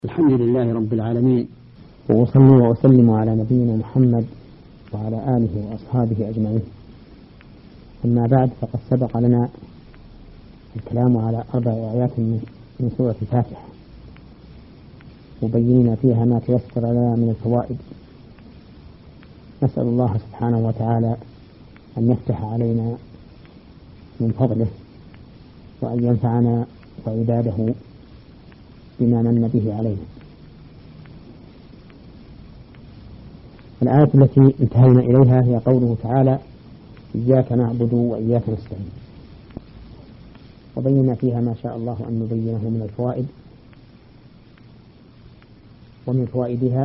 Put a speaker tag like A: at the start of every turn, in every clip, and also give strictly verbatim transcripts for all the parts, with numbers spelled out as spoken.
A: الحمد لله رب العالمين،
B: وأصلي وأسلم على نبينا محمد وعلى آله وأصحابه أجمعين. أما بعد، فقد سبق لنا الكلام على أربع آيات من سورة الفاتحة، مبينين فيها ما تيسر لنا من الفوائد. نسأل الله سبحانه وتعالى أن يفتح علينا من فضله، وأن ينفعنا وعباده بما من به علينا. الآية التي انتهينا إليها هي قوله تعالى: إياك نعبد وإياك نستعين، وبينا فيها ما شاء الله أن نبينه من الفوائد. ومن فوائدها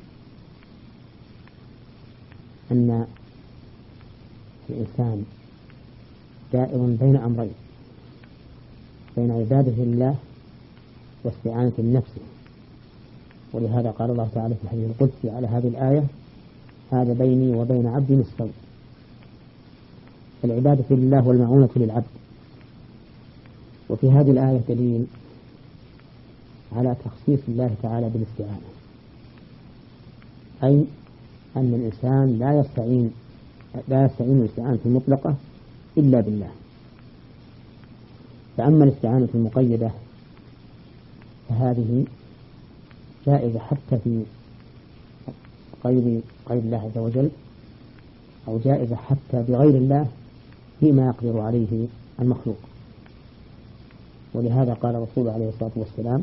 B: أن الإنسان دائر بين أمرين، بين عبادة الله واستعانة بنفسه. ولهذا قال الله تعالى في الحديث القدسي على هذه الآية: هذا بيني وبين عبدي السوء. العبادة لله والمعونة للعبد. وفي هذه الآية دليل على تخصيص الله تعالى بالاستعانة، أي أن الإنسان لا يستعين لا يستعين الاستعانة المطلقة إلا بالله. فأما الاستعانة المقيدة فهذه جائزة حتى في غير غير الله عز وجل، أو جائزة حتى بغير الله فيما يقدر عليه المخلوق. ولهذا قال الرسول عليه الصلاة والسلام: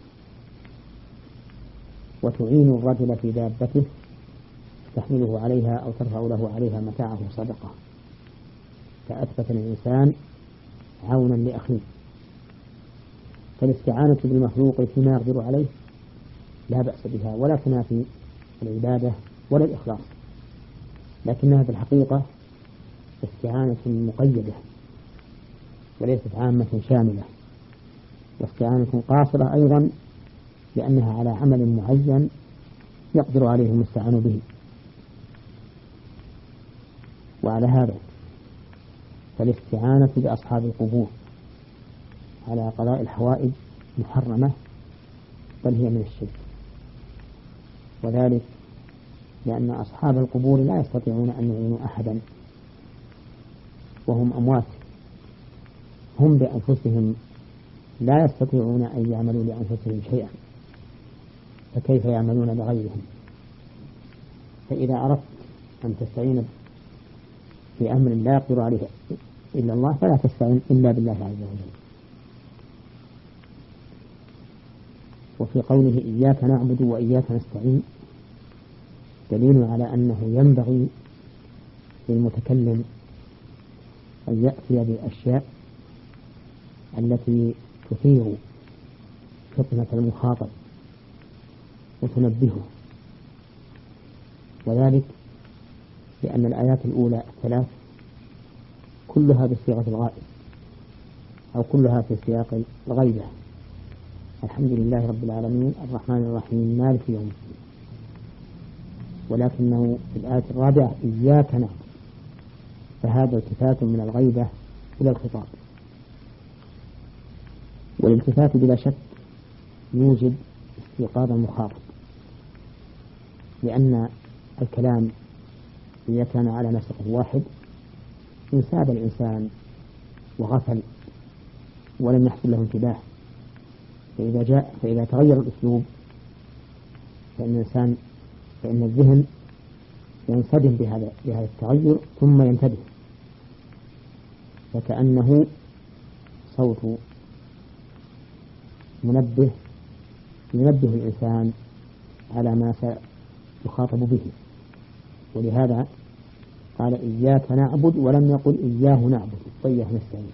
B: وتعين الرجل في دابته تحمله عليها أو ترفع له عليها متاعه صدقة. فأثبت الإنسان عونا لأخيه. فالاستعانة بالمخلوق فيما يقدر عليه لا بأس بها، ولا تنافي العبادة ولا الإخلاص، لكنها في الحقيقة استعانة مقيدة وليست عامة شاملة، واستعانة قاصرة أيضا، لأنها على عمل معين يقدر عليه المستعان به. وعلى هذا فالاستعانة بأصحاب القبور على قضاء الحوائج محرمة، بل هي من الشرك. وذلك لأن أصحاب القبور لا يستطيعون أن يعينوا أحدا، وهم أموات، هم بأنفسهم لا يستطيعون أن يعملوا لأنفسهم شيئا، فكيف يعملون لغيرهم؟ فإذا أردت أن تستعين في أمر لا يقدر عليه إلا الله فلا تستعين إلا بالله عز وجل. وفي قوله: إياك نعبد وإياك نستعين، دليل على أنه ينبغي للمتكلم أن يأتي بالأشياء التي تثير فطنة المخاطب وتنبهه، وذلك لأن الآيات الأولى الثلاث كلها بصيغة الغائب، أو كلها في سياق الغيبة: الحمد لله رب العالمين الرحمن الرحيم مالك يوم الدين. ولكنه في الآية الرابعة: إياك نعبد، فهذا التفات من الغيبة إلى الخطاب. والالتفات بلا شك يوجد استيقاظ المخاطب، لأن الكلام إذا كان على نسق واحد إن ساب الإنسان وغفل ولم يحصل له انتباه، فإذا جاء فإذا تغير الأسلوب فإن الإنسان فإن الذهن ينصدم بهذا بهذا التغير ثم ينتبه، فكأنه صوت منبه ينبه الإنسان على ما سيخاطب به. ولهذا قال: إياك نعبد، ولم يقل إياه نعبد وإياه نستعين.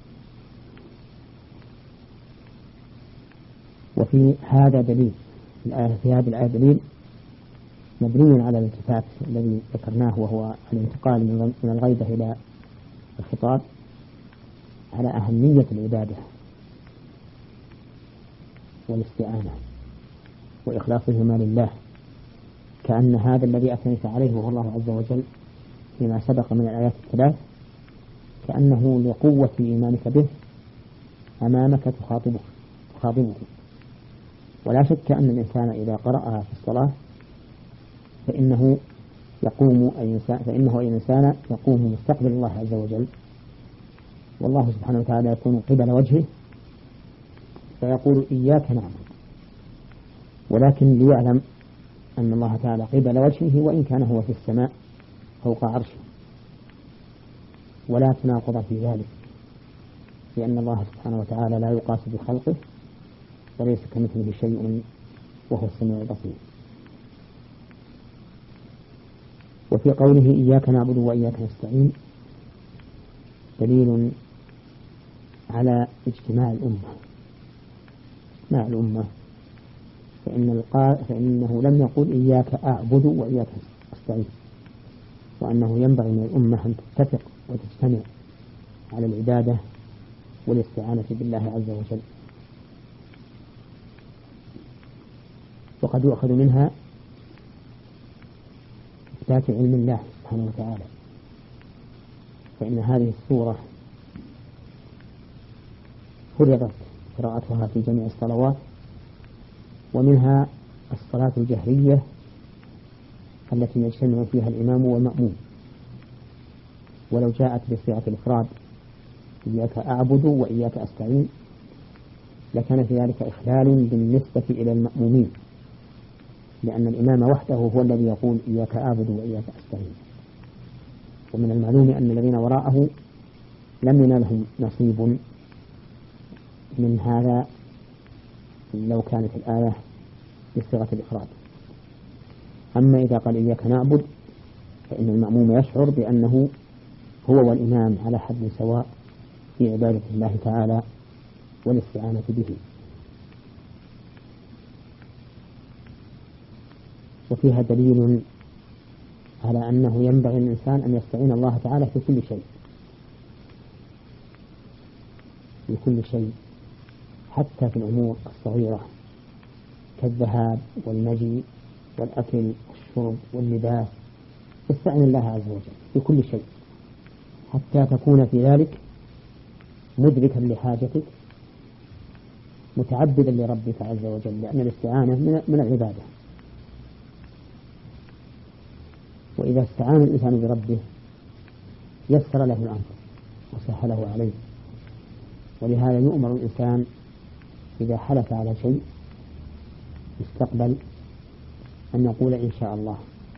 B: وفي هذا دليل في هذه الآية دليل مبني على الالتفات الذي ذكرناه، وهو الانتقال من الغيبة إلى الخطاب، على أهمية العبادة والاستعانة وإخلاصهما لله. كأن هذا الذي أثنيت عليه وهو الله عز وجل فيما سبق من الآيات الثلاث، كأنه لقوة إيمانك به أمامك تخاطبه تخاطبه ولا شك أن الإنسان إذا قرأها في الصلاة فإنه يقوم أي إنسان فإنه أي إنسان يقوم مستقبل الله عز وجل، والله سبحانه وتعالى يكون قبل وجهه فيقول إياك نعبد، ولكن ليعلم أن الله تعالى قبل وجهه وإن كان هو في السماء فوق عرشه، ولا تناقض في ذلك، لأن الله سبحانه وتعالى لا يقاس بخلقه وليس كمثله شيء وهو السميع البصير. وفي قوله إياك نعبد وإياك نستعين دليل على اجتماع الأمة مع الأمة، فإن القا... فإنه لم يقل إياك أعبد وإياك أستعين، وأنه ينبغي من الأمة أن تتفق وتجتمع على العبادة والاستعانة بالله عز وجل. وقد يؤخذ منها إثبات علم الله سبحانه وتعالى، فإن هذه السورة فرضت قراءتها في جميع الصلوات، ومنها الصلاة الجهرية التي يجتمع فيها الإمام والمأموم، ولو جاءت بصيغة الإفراد إياك أعبد وإياك أستعين لكان في ذلك إخلال بالنسبة إلى المأمومين، لأن الإمام وحده هو الذي يقول إياك أعبد وإياك أستعين، ومن المعلوم أن الذين وراءه لم ينالهم نصيب من هذا لو كانت الآية بصيغة الإفراد. أما إذا قال إياك نعبد فإن المأموم يشعر بأنه هو والإمام على حد سواء في عبادة الله تعالى والاستعانة به. وفيها دليل على أنه ينبغي للإنسان أن يستعين الله تعالى في كل شيء في كل شيء حتى في الأمور الصغيرة كالذهاب والمجيء والأكل والشرب واللباس، استعن الله عز وجل في كل شيء حتى تكون في ذلك مدركا لحاجتك متعبدا لربك عز وجل، لأن الاستعانة من العبادة. وإذا استعان الإنسان بربه يسر له الأمر وسهله عليه، ولهذا يؤمر الإنسان إذا حلف على شيء يستقبل أن يقول إن شاء الله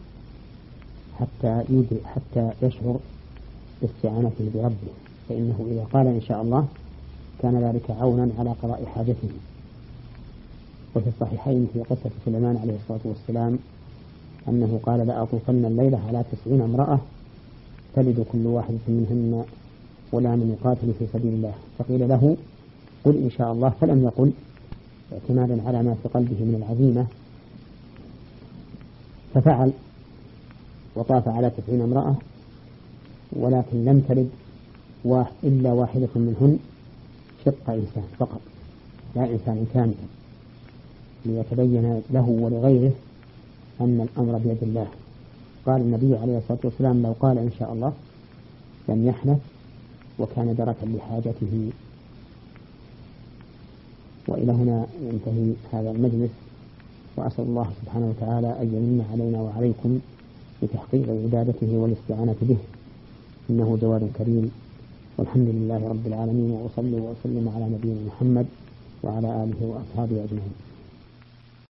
B: حتى يدرك حتى يشعر باستعانته بربه، فإنه إذا قال إن شاء الله كان ذلك عونا على قضاء حاجته. وفي الصحيحين في قصة سليمان عليه الصلاة والسلام أنه قال لأطوفن الليلة على تسعين امرأة تلد كل واحدة منهن ولا من يقاتل في سبيل الله، فقيل له قل إن شاء الله، فلم يقل اعتمادا على ما في قلبه من العزيمة، ففعل وطاف على تسعين امرأة ولكن لم تلد إلا واحدة منهن شق إنسان فقط لا إنسان كامل، ليتبين له ولغيره أن الأمر بيد الله. قال النبي عليه الصلاة والسلام لو قال إن شاء الله لم يحنث وكان دركا لحاجته. وإلى هنا ينتهي هذا المجلس، وأسأل الله سبحانه وتعالى أن يمن علينا وعليكم بتحقيق عبادته والاستعانة به، إنه جواد كريم. والحمد لله رب العالمين، وأصلي وأسلم على نبينا محمد وعلى آله وأصحابه أجمعين.